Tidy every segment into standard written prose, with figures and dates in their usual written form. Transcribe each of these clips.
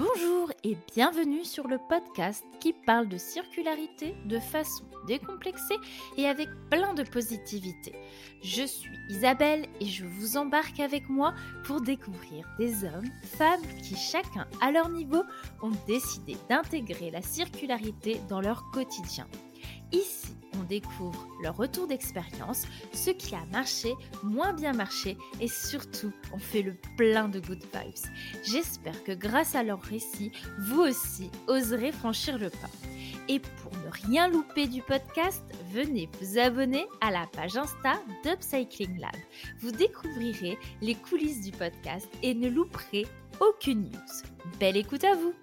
Bonjour et bienvenue sur le podcast qui parle de circularité de façon décomplexée et avec plein de positivité. Je suis Isabelle et je vous embarque avec moi pour découvrir des hommes, femmes qui chacun à leur niveau ont décidé d'intégrer la circularité dans leur quotidien. Ici, on découvre leur retour d'expérience, ce qui a marché, moins bien marché et surtout, on fait le plein de good vibes. J'espère que grâce à leur récit, vous aussi oserez franchir le pas. Et pour ne rien louper du podcast, venez vous abonner à la page Insta d'Upcycling Lab. Vous découvrirez les coulisses du podcast et ne louperez aucune news. Belle écoute à vous!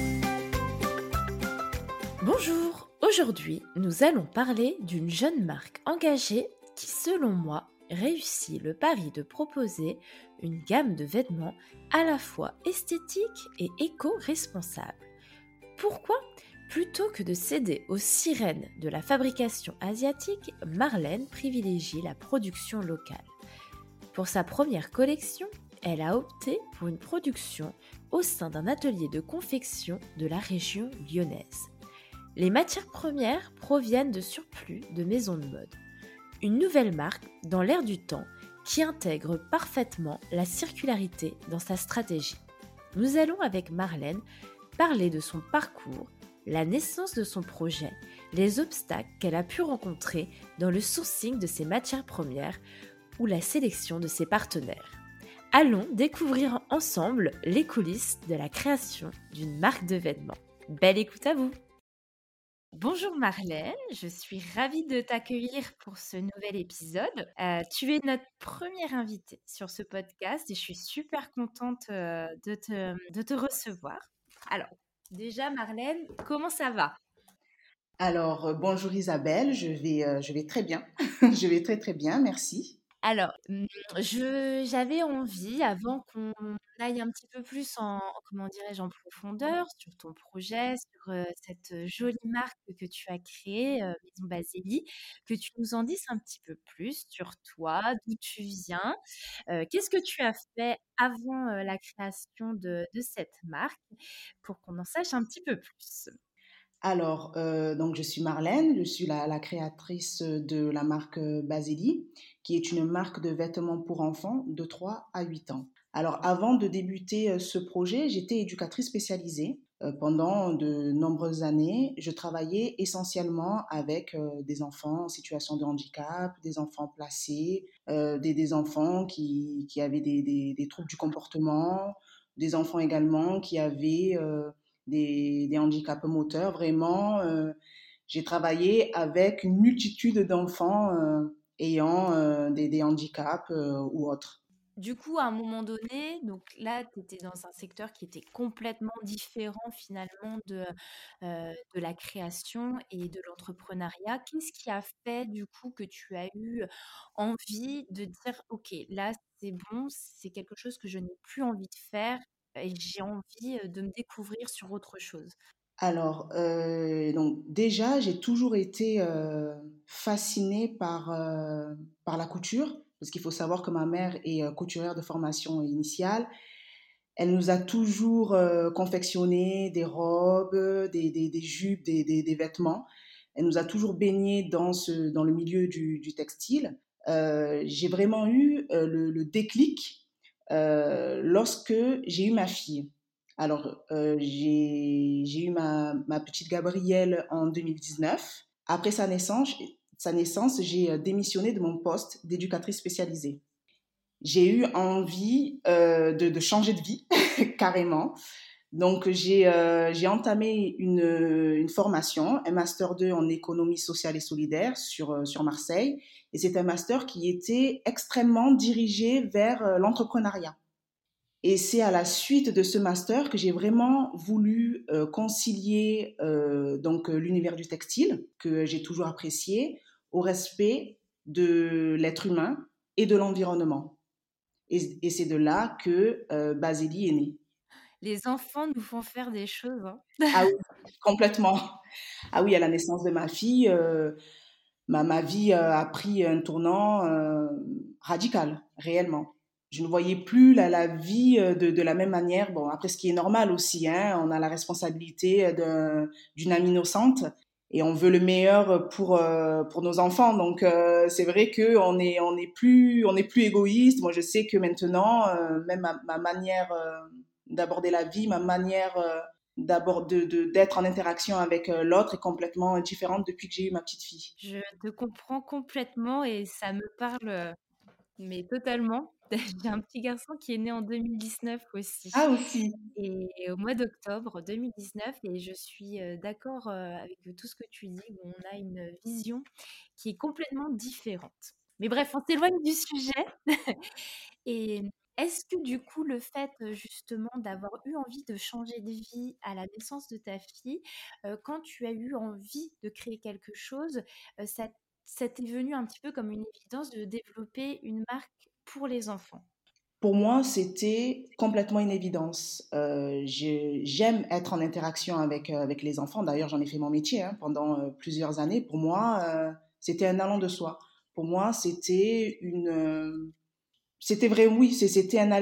Bonjour! Aujourd'hui, nous allons parler d'une jeune marque engagée qui, selon moi, réussit le pari de proposer une gamme de vêtements à la fois esthétique et éco-responsable. Pourquoi ? Plutôt que de céder aux sirènes de la fabrication asiatique, Marlène privilégie la production locale. Pour sa première collection, elle a opté pour une production au sein d'un atelier de confection de la région lyonnaise. Les matières premières proviennent de surplus de maisons de mode. Une nouvelle marque dans l'air du temps qui intègre parfaitement la circularité dans sa stratégie. Nous allons avec Marlène parler de son parcours, la naissance de son projet, les obstacles qu'elle a pu rencontrer dans le sourcing de ses matières premières ou la sélection de ses partenaires. Allons découvrir ensemble les coulisses de la création d'une marque de vêtements. Belle écoute à vous! Bonjour Marlène, je suis ravie de t'accueillir pour ce nouvel épisode. Tu es notre première invitée sur ce podcast et je suis super contente de te recevoir. Alors, déjà Marlène, comment ça va? Bonjour Isabelle, je vais très bien. Je vais très très bien, merci. Alors, j'avais envie, avant qu'on aille un petit peu plus comment dirais-je, en profondeur sur ton projet, sur cette jolie marque que tu as créée, Maison Basélie, que tu nous en dises un petit peu plus sur toi, d'où tu viens, qu'est-ce que tu as fait avant la création de cette marque, pour qu'on en sache un petit peu plus. Donc je suis Marlène, je suis la créatrice de la marque Baseli, qui est une marque de vêtements pour enfants de 3 à 8 ans. Alors avant de débuter ce projet, j'étais éducatrice spécialisée. Pendant de nombreuses années, je travaillais essentiellement avec des enfants en situation de handicap, des enfants placés, des enfants qui avaient des troubles du comportement, des enfants également qui avaient des handicaps moteurs. Vraiment, j'ai travaillé avec une multitude d'enfants ayant des handicaps ou autres. Du coup, à un moment donné, donc là, tu étais dans un secteur qui était complètement différent finalement de la création et de l'entrepreneuriat. Qu'est-ce qui a fait du coup que tu as eu envie de dire, OK, là, c'est bon, c'est quelque chose que je n'ai plus envie de faire et j'ai envie de me découvrir sur autre chose. Donc déjà, j'ai toujours été fascinée par la couture, parce qu'il faut savoir que ma mère est couturière de formation initiale. Elle nous a toujours confectionné des robes, des jupes, des vêtements. Elle nous a toujours baignés dans le milieu du textile. J'ai vraiment eu le déclic lorsque j'ai eu ma fille. J'ai eu ma petite Gabrielle en 2019. Après sa naissance, j'ai démissionné de mon poste d'éducatrice spécialisée. J'ai eu envie de changer de vie, carrément. Donc, j'ai entamé une formation, un master 2 en économie sociale et solidaire sur Marseille. Et c'est un master qui était extrêmement dirigé vers l'entrepreneuriat. Et c'est à la suite de ce master que j'ai vraiment voulu concilier l'univers du textile, que j'ai toujours apprécié, au respect de l'être humain et de l'environnement. Et c'est de là que Basili est né. Les enfants nous font faire des choses, hein. Ah oui, complètement. Ah oui, à la naissance de ma fille, ma vie a pris un tournant radical, réellement. Je ne voyais plus la vie de la même manière. Bon, après, ce qui est normal aussi, hein, on a la responsabilité d'une âme innocente et on veut le meilleur pour nos enfants. Donc, c'est vrai on est plus égoïste. Moi, je sais que maintenant, même ma manière d'aborder la vie, ma manière d'être en interaction avec l'autre est complètement différente depuis que j'ai eu ma petite fille. Je te comprends complètement et ça me parle, mais totalement. J'ai un petit garçon qui est né en 2019 aussi. Ah aussi. Et au mois d'octobre 2019, et je suis d'accord avec tout ce que tu dis, où on a une vision qui est complètement différente. Mais bref, on s'éloigne du sujet. Et est-ce que du coup, le fait justement d'avoir eu envie de changer de vie à la naissance de ta fille, quand tu as eu envie de créer quelque chose, ça t'est venu un petit peu comme une évidence de développer une marque pour les enfants? Pour moi, c'était complètement une évidence. J'aime être en interaction avec les enfants. D'ailleurs, j'en ai fait mon métier hein, pendant plusieurs années. Pour moi, c'était un allant de soi. Pour moi, c'était vrai, oui, c'était un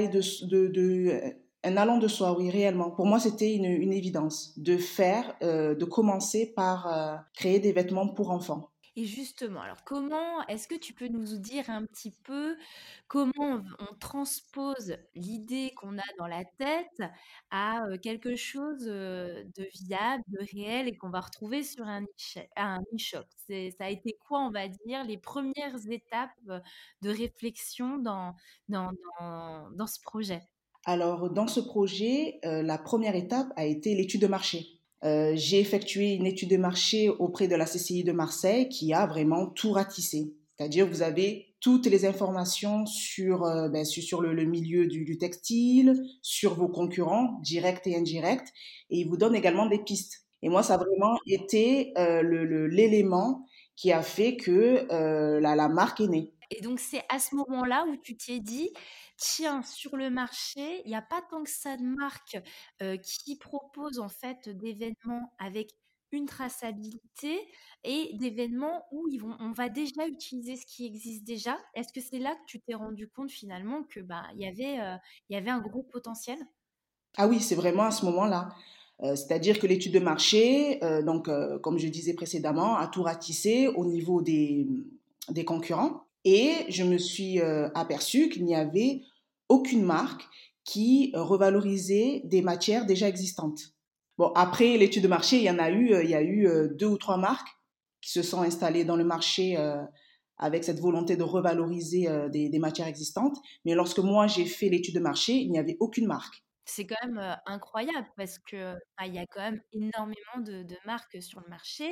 un allant de soi, oui, réellement. Pour moi, c'était une évidence de commencer par créer des vêtements pour enfants. Et justement, alors comment est-ce que tu peux nous dire un petit peu comment on transpose l'idée qu'on a dans la tête à quelque chose de viable, de réel et qu'on va retrouver sur un e-shop? Ça a été quoi, on va dire, les premières étapes de réflexion dans ce projet? Alors, dans ce projet, la première étape a été l'étude de marché. J'ai effectué une étude de marché auprès de la CCI de Marseille qui a vraiment tout ratissé. C'est-à-dire, vous avez toutes les informations sur le milieu du textile, sur vos concurrents, directs et indirects, et il vous donne également des pistes. Et moi, ça a vraiment été l'élément qui a fait que la marque est née. Et donc, c'est à ce moment-là où tu t'es dit, tiens, sur le marché, il n'y a pas tant que ça de marques qui proposent en fait d'événements avec une traçabilité et d'événements où on va déjà utiliser ce qui existe déjà. Est-ce que c'est là que tu t'es rendu compte finalement que bah, il y avait un gros potentiel? Ah oui, c'est vraiment à ce moment-là. C'est-à-dire que l'étude de marché, comme je disais précédemment, a tout ratissé au niveau des concurrents. Et je me suis aperçue qu'il n'y avait aucune marque qui revalorisait des matières déjà existantes. Bon, après l'étude de marché, il y a eu deux ou trois marques qui se sont installées dans le marché avec cette volonté de revaloriser des matières existantes. Mais lorsque moi j'ai fait l'étude de marché, il n'y avait aucune marque. C'est quand même incroyable parce que bah, il y a quand même énormément de marques sur le marché.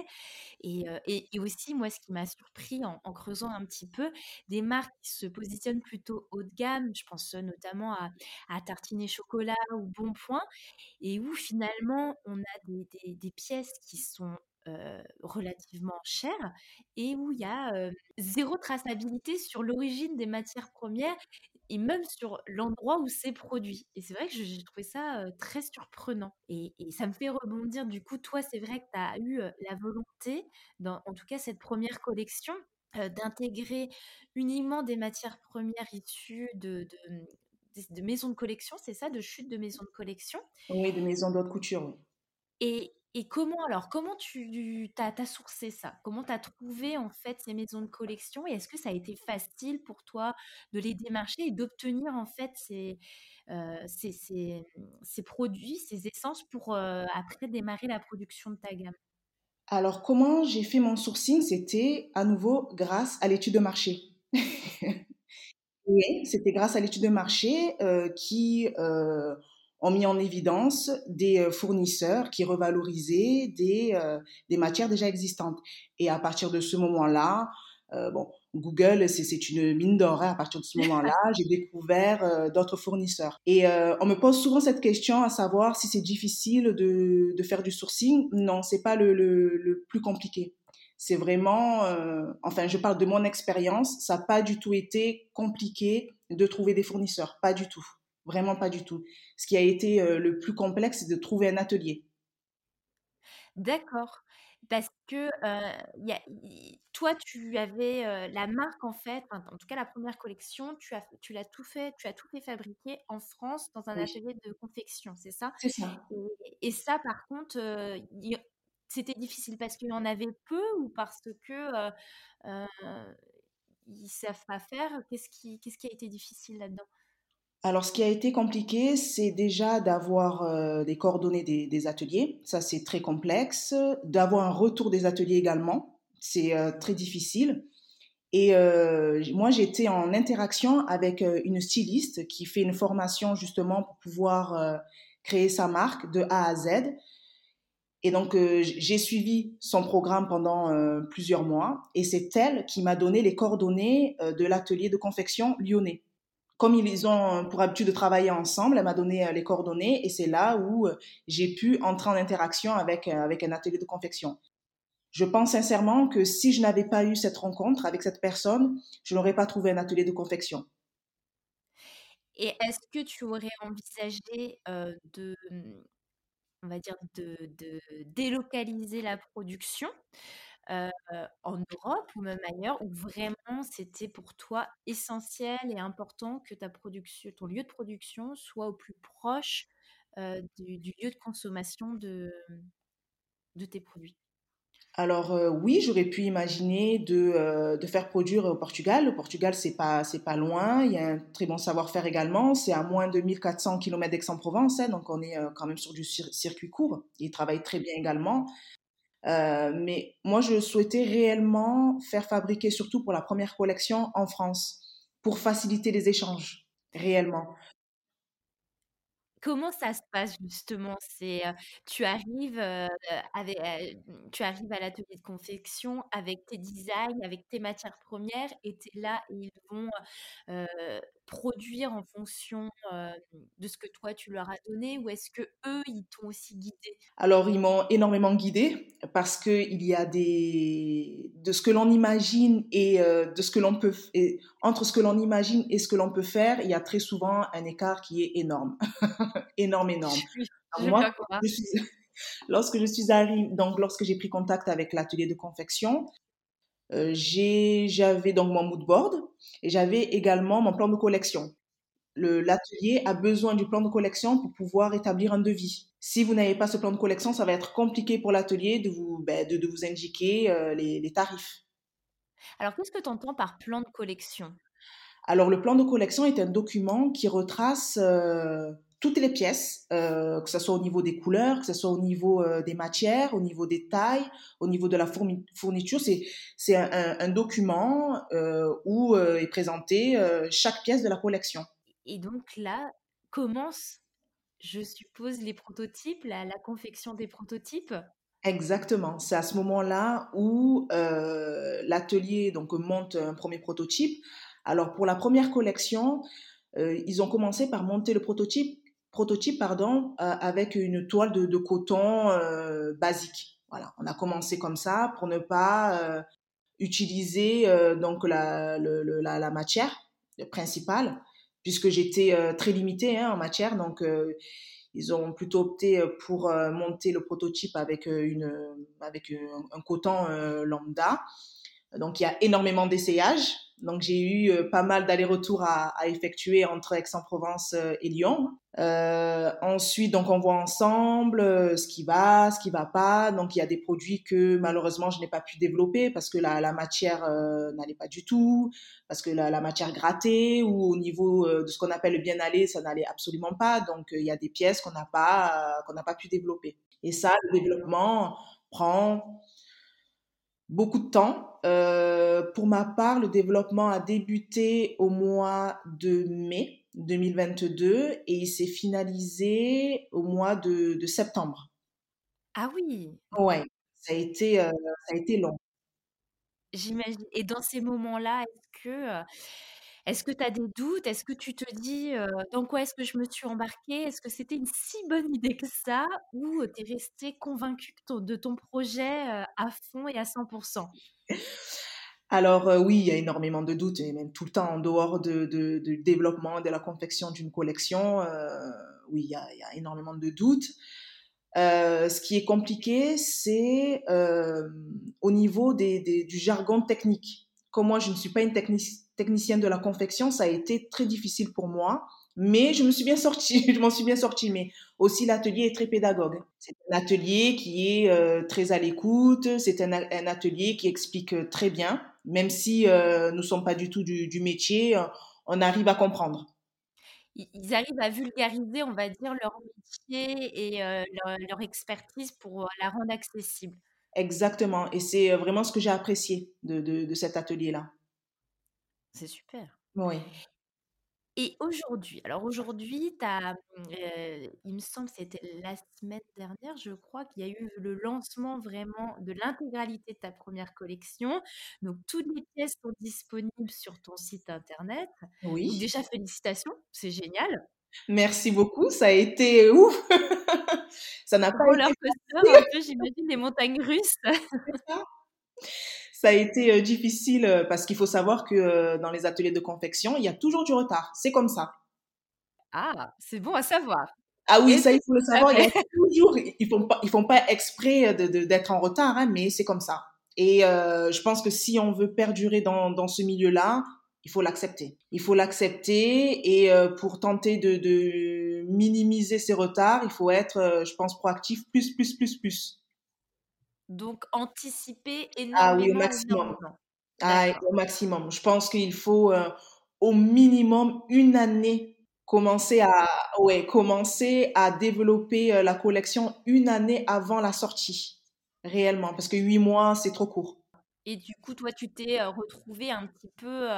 Et aussi, moi, ce qui m'a surpris en creusant un petit peu, des marques qui se positionnent plutôt haut de gamme, je pense notamment à Tartines Chocolat ou Bonpoint, et où finalement on a des pièces qui sont relativement chères et où il y a zéro traçabilité sur l'origine des matières premières et même sur l'endroit où c'est produit. Et c'est vrai que j'ai trouvé ça très surprenant. Et ça me fait rebondir, du coup, toi, c'est vrai que tu as eu la volonté, dans en tout cas cette première collection, d'intégrer uniquement des matières premières issues de maisons de collection, c'est ça, de chutes de maisons de collection. Oui, de maisons d'haute couture, oui. Et comment alors, comment t'as sourcé ça? Comment t'as trouvé en fait ces maisons de collection? Et est-ce que ça a été facile pour toi de les démarcher et d'obtenir en fait ces produits, ces essences pour après démarrer la production de ta gamme? Alors, comment j'ai fait mon sourcing? C'était à nouveau grâce à l'étude de marché. Oui, c'était grâce à l'étude de marché qui ont mis en évidence des fournisseurs qui revalorisaient des matières déjà existantes. Et à partir de ce moment-là, bon, Google, c'est une mine d'or. Hein. À partir de ce moment-là, j'ai découvert d'autres fournisseurs. Et on me pose souvent cette question à savoir si c'est difficile de faire du sourcing. Non, c'est pas le plus compliqué. C'est vraiment, enfin, je parle de mon expérience, ça n'a pas du tout été compliqué de trouver des fournisseurs, pas du tout, vraiment pas du tout. Ce qui a été le plus complexe, c'est de trouver un atelier. D'accord. Parce que, y a i toi, tu avais, la marque en fait, enfin, en tout cas la première collection, tu as tout fait fabriquer en France dans un Oui, atelier de confection, c'est ça? c'est ça. Et ça par contre, c'était difficile parce qu'il y en avait peu ou parce que, heu, ils savent pas faire? Qu'est-ce qui a été difficile là-dedans? Alors, ce qui a été compliqué, c'est déjà d'avoir les coordonnées des ateliers. Ça, c'est très complexe. D'avoir un retour des ateliers également. C'est très difficile. Et moi, j'étais en interaction avec une styliste qui fait une formation justement pour pouvoir créer sa marque de A à Z. Et donc, j'ai suivi son programme pendant plusieurs mois. Et c'est elle qui m'a donné les coordonnées de l'atelier de confection lyonnais. Comme ils ont pour habitude de travailler ensemble, elle m'a donné les coordonnées et c'est là où j'ai pu entrer en interaction avec un atelier de confection. Je pense sincèrement que si je n'avais pas eu cette rencontre avec cette personne, je n'aurais pas trouvé un atelier de confection. Et est-ce que tu aurais envisagé, on va dire de délocaliser la production, heu, en Europe ou même ailleurs, où vraiment c'était pour toi essentiel et important que ta production ton lieu de production soit au plus proche, du lieu de consommation de tes produits? Alors oui, j'aurais pu imaginer de faire produire au Portugal. Le Portugal, c'est pas loin. Il y a un très bon savoir-faire également. C'est à moins de 1400 kilomètres d'Aix-en-Provence, hein, donc on est quand même sur du circuit court. Ils travaillent très bien également. Mais moi, je souhaitais réellement faire fabriquer, surtout pour la première collection, en France, pour faciliter les échanges, réellement. Comment ça se passe justement? Tu arrives, tu arrives à l'atelier de confection avec tes designs, avec tes matières premières et tu es là et ils vont, heu, produire en fonction, de ce que toi tu leur as donné? Ou est-ce que eux ils t'ont aussi guidé? Alors, ils m'ont énormément guidée parce que il y a de ce que l'on imagine et de ce que l'on peut, et entre ce que l'on imagine et ce que l'on peut faire, il y a très souvent un écart qui est énorme, énorme, énorme. Oui, je Alors veux moi, bien croire. je suis, lorsque je suis arrivée, donc lorsque j'ai pris contact avec l'atelier de confection, j'avais donc mon mood board et j'avais également mon plan de collection. L'atelier a besoin du plan de collection pour pouvoir établir un devis. Si vous n'avez pas ce plan de collection, ça va être compliqué pour l'atelier de vous indiquer les tarifs. Alors qu'est-ce que tu entends par plan de collection? Alors, le plan de collection est un document qui retrace toutes les pièces, que ce soit au niveau des couleurs, que ce soit au niveau des matières, au niveau des tailles, au niveau de la fourniture. C'est un document où est présentée chaque pièce de la collection. Et donc là, commence, je suppose, les prototypes, la confection des prototypes? Exactement. C'est à ce moment-là où l'atelier donc monte un premier prototype. Alors pour la première collection, ils ont commencé par monter le prototype pardon, avec une toile de coton basique. Voilà, on a commencé comme ça pour ne pas utiliser donc la matière principale, puisque j'étais très limitée hein, en matière. Donc, ils ont plutôt opté pour monter le prototype avec, avec un coton lambda. Donc, il y a énormément d'essayages. Donc, j'ai eu pas mal d'allers-retours à effectuer entre Aix-en-Provence et Lyon. Ensuite, donc, on voit ensemble ce qui va pas. Donc, il y a des produits que malheureusement, je n'ai pas pu développer parce que la matière n'allait pas du tout, parce que la matière grattait ou au niveau de ce qu'on appelle le bien-aller, ça n'allait absolument pas. Donc, il y a des pièces qu'on n'a pas pu développer. Et ça, le développement prend beaucoup de temps. Pour ma part, le développement a débuté au mois de mai 2022 et il s'est finalisé au mois de septembre. Ah oui! Ouais, ça a été long. J'imagine. Et dans ces moments-là, est-ce que tu as des doutes? Est-ce que tu te dis, «Dans quoi est-ce que je me suis embarquée? Est-ce que c'était une si bonne idée que ça?» Ou, tu es restée convaincue de ton projet, à fond et à 100%? Alors oui, il y a énormément de doutes et même tout le temps en dehors du développement, de la confection d'une collection, oui, il y a énormément de doutes. Ce qui est compliqué, c'est au niveau du jargon technique. Comme moi, je ne suis pas une technicienne de la confection, ça a été très difficile pour moi, mais je me suis bien sortie, je m'en suis bien sortie. Mais aussi, l'atelier est très pédagogue. C'est un atelier qui est très à l'écoute, c'est un atelier qui explique très bien, même si nous ne sommes pas du tout du métier, on arrive à comprendre. Ils arrivent à vulgariser, on va dire, leur métier et leur expertise pour la rendre accessible. Exactement. Et c'est vraiment ce que j'ai apprécié de cet atelier-là. C'est super. Oui. Et aujourd'hui, alors aujourd'hui, il me semble que c'était la semaine dernière, je crois, qu'il y a eu le lancement vraiment de l'intégralité de ta première collection. Donc, toutes les pièces sont disponibles sur ton site internet. Donc, Oui. déjà, félicitations, c'est génial. Merci beaucoup. Ça a été ouf. Ça n'a pas été Roller coaster, un peu, j'imagine, des montagnes russes. ça. Ça a été difficile parce qu'il faut savoir que dans les ateliers de confection, il y a toujours du retard. C'est comme ça. Ah, c'est bon à savoir. Ah oui, Est-ce ça, que il faut le tu savoir. Il y savais? a toujours, ils font pas exprès d'être en retard, hein, mais c'est comme ça. Et je pense que si on veut perdurer dans ce milieu-là, il faut l'accepter. Il faut l'accepter et pour tenter de minimiser ces retards, il faut être, je pense, proactif plus. Donc, anticiper Ah oui, au énormément, maximum. énormément. Ah, D'accord. au maximum. Je pense qu'il faut au minimum une année commencer à, ouais, commencer à développer la collection une année avant la sortie, réellement, parce que 8 mois, c'est trop court. Et du coup, toi, tu t'es retrouvé un petit peu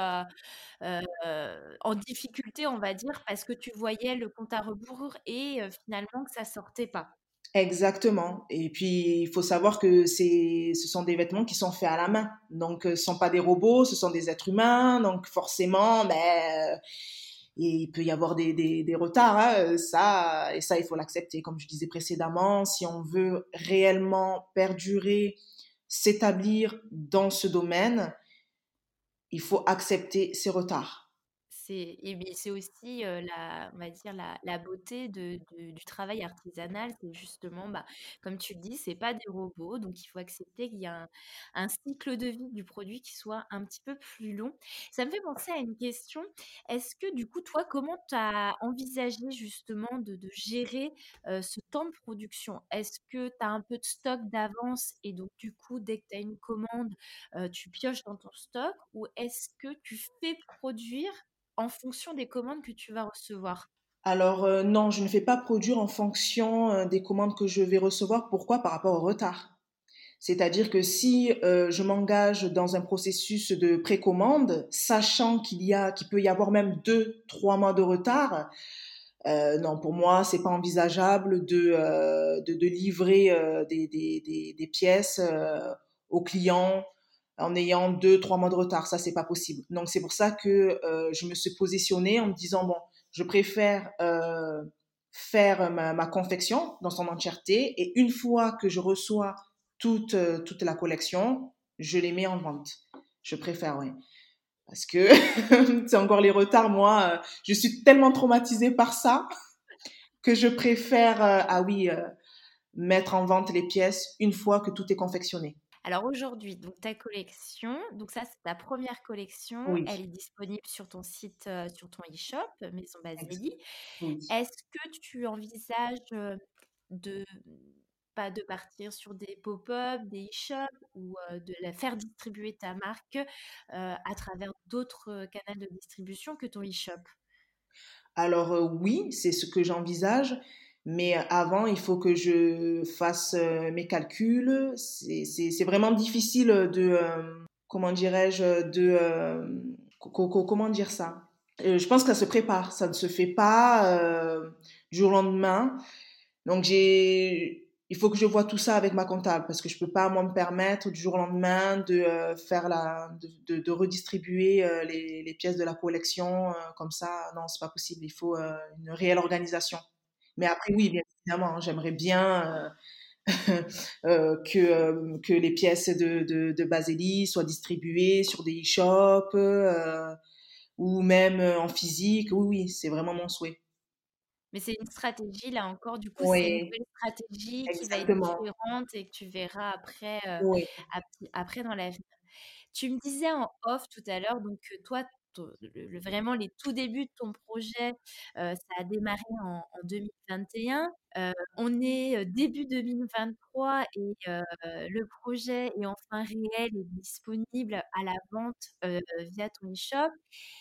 en difficulté, on va dire, parce que tu voyais le compte à rebours et finalement que ça sortait pas. Exactement. Et puis, il faut savoir que ce sont des vêtements qui sont faits à la main. Donc, ce sont pas des robots, ce sont des êtres humains. Donc, forcément, il peut y avoir des retards, hein, ça, et ça, il faut l'accepter. Comme je disais précédemment, si on veut réellement perdurer, s'établir dans ce domaine, il faut accepter ces retards. Et bien, c'est aussi, on va dire, la beauté du travail artisanal. C'est justement, bah, comme tu le dis, c'est pas des robots. Donc, il faut accepter qu'il y a un cycle de vie du produit qui soit un petit peu plus long. Ça me fait penser à une question. Est-ce que, du coup, toi, comment tu as envisagé justement de gérer ce temps de production? Est-ce que tu as un peu de stock d'avance et donc, du coup, dès que tu as une commande, tu pioches dans ton stock? Ou est-ce que tu fais produire en fonction des commandes que tu vas recevoir? Alors, non, je ne fais pas produire en fonction des commandes que je vais recevoir. Pourquoi? Par rapport au retard. C'est-à-dire que si je m'engage dans un processus de précommande, sachant qu'il peut y avoir même 2, 3 mois de retard, non, pour moi, c'est pas envisageable de livrer des pièces aux clients en ayant 2, 3 mois de retard. Ça, c'est pas possible. Donc, c'est pour ça que je me suis positionnée en me disant, bon, je préfère faire ma confection dans son entièreté et une fois que je reçois toute la collection, je les mets en vente. Je préfère, oui. Parce que c'est encore les retards, moi, je suis tellement traumatisée par ça que je préfère, ah oui, mettre en vente les pièces une fois que tout est confectionné. Alors aujourd'hui, donc ta collection, donc ça c'est ta première collection, elle Oui, est disponible sur ton site, sur ton e-shop, Maison ex- Baseli. oui. Est-ce que tu envisages de pas de partir sur des pop-up, des e-shops ou de la faire distribuer ta marque à travers d'autres canaux de distribution que ton e-shop? Alors oui, c'est ce que j'envisage, mais avant, il faut que je fasse mes calculs. C'est vraiment difficile comment dirais-je, comment dire ça? Je pense que ça se prépare, ça ne se fait pas du jour au lendemain. Donc il faut que je vois tout ça avec ma comptable parce que je peux pas moi me permettre du jour au lendemain de de redistribuer les pièces de la collection comme ça. Non, c'est pas possible. Il faut une réelle organisation. Mais après oui, bien évidemment, hein, j'aimerais bien que les pièces de Baseli soient distribuées sur des e-shops ou même en physique. Oui, oui, c'est vraiment mon souhait. Mais c'est une stratégie, là encore, du coup, c'est une Oui, nouvelle stratégie qui va être exactement. différente et que tu verras après, Oui. après dans l'avenir. Tu me disais en off tout à l'heure, donc toi, vraiment les tout débuts de ton projet, ça a démarré en 2021. On est début 2023 et le projet est enfin réel et disponible à la vente via ton e-shop.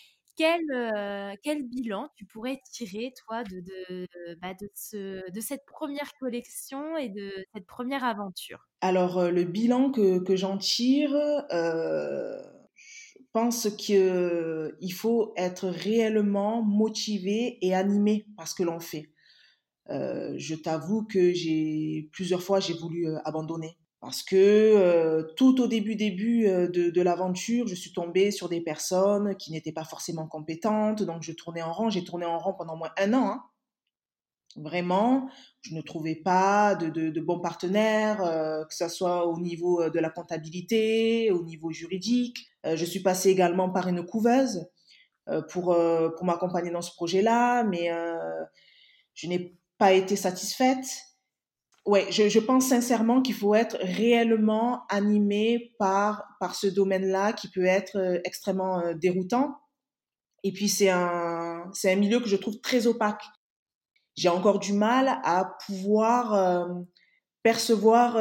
Quel bilan tu pourrais tirer, toi, de cette première collection et de cette première aventure? Alors, le bilan que j'en tire, je pense qu'il faut être réellement motivé et animé par ce que l'on fait. Je t'avoue que plusieurs fois, j'ai voulu abandonner. Parce que tout au début de l'aventure, je suis tombée sur des personnes qui n'étaient pas forcément compétentes, donc je tournais en rond. J'ai tourné en rond pendant au moins un an, hein. Vraiment, je ne trouvais pas de bons partenaires, que ce soit au niveau de la comptabilité, au niveau juridique. Je suis passée également par une couveuse pour m'accompagner dans ce projet-là, mais je n'ai pas été satisfaite. Ouais, je pense sincèrement qu'il faut être réellement animé par ce domaine-là qui peut être extrêmement déroutant. Et puis c'est un milieu que je trouve très opaque. J'ai encore du mal à pouvoir percevoir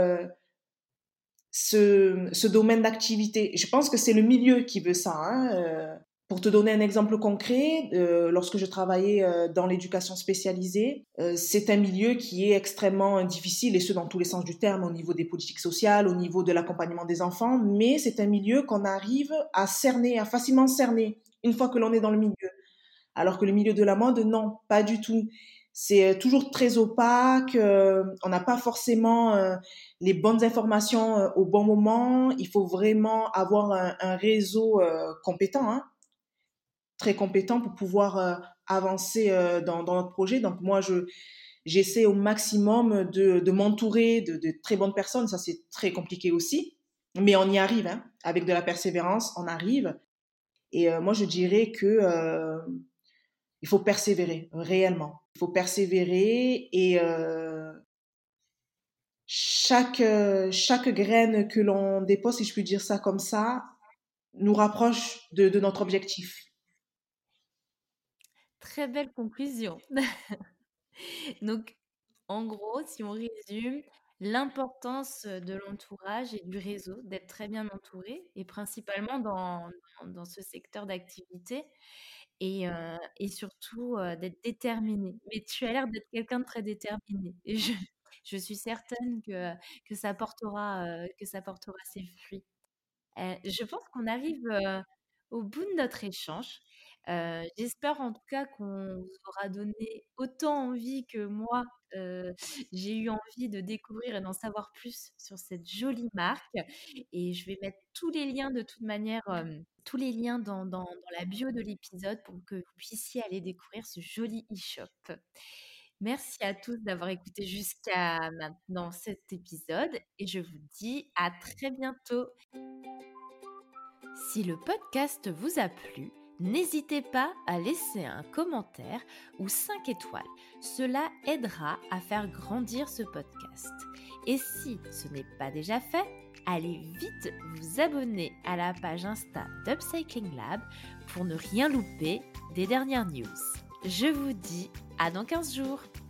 ce domaine d'activité. Je pense que c'est le milieu qui veut ça, hein. Pour te donner un exemple concret, lorsque je travaillais dans l'éducation spécialisée, c'est un milieu qui est extrêmement difficile, et ce dans tous les sens du terme, au niveau des politiques sociales, au niveau de l'accompagnement des enfants, mais c'est un milieu qu'on arrive à cerner, à facilement cerner, une fois que l'on est dans le milieu. Alors que le milieu de la mode, non, pas du tout. C'est toujours très opaque, on n'a pas forcément les bonnes informations au bon moment. Il faut vraiment avoir un réseau compétent, hein, très compétent pour pouvoir avancer dans notre projet. Donc moi, j'essaie au maximum de m'entourer de très bonnes personnes. Ça, c'est très compliqué aussi, mais on y arrive, hein. Avec de la persévérance, on arrive. Et moi, je dirais que il faut persévérer, réellement. Il faut persévérer et chaque graine que l'on dépose, si je puis dire ça comme ça, nous rapproche de notre objectif. Très belle conclusion. Donc, en gros, si on résume, l'importance de l'entourage et du réseau, d'être très bien entouré, et principalement dans ce secteur d'activité, et surtout d'être déterminé. Mais tu as l'air d'être quelqu'un de très déterminé. Et je suis certaine que ça portera ses fruits. Je pense qu'on arrive au bout de notre échange. J'espère en tout cas qu'on vous aura donné autant envie que moi, euh, j'ai eu envie de découvrir et d'en savoir plus sur cette jolie marque. Et je vais mettre tous les liens de toute manière, tous les liens dans la bio de l'épisode pour que vous puissiez aller découvrir ce joli e-shop. Merci à tous d'avoir écouté jusqu'à maintenant cet épisode et je vous dis à très bientôt. Si le podcast vous a plu, n'hésitez pas à laisser un commentaire ou 5 étoiles. Cela aidera à faire grandir ce podcast. Et si ce n'est pas déjà fait, allez vite vous abonner à la page Insta d'Upcycling Lab pour ne rien louper des dernières news. Je vous dis à dans 15 jours.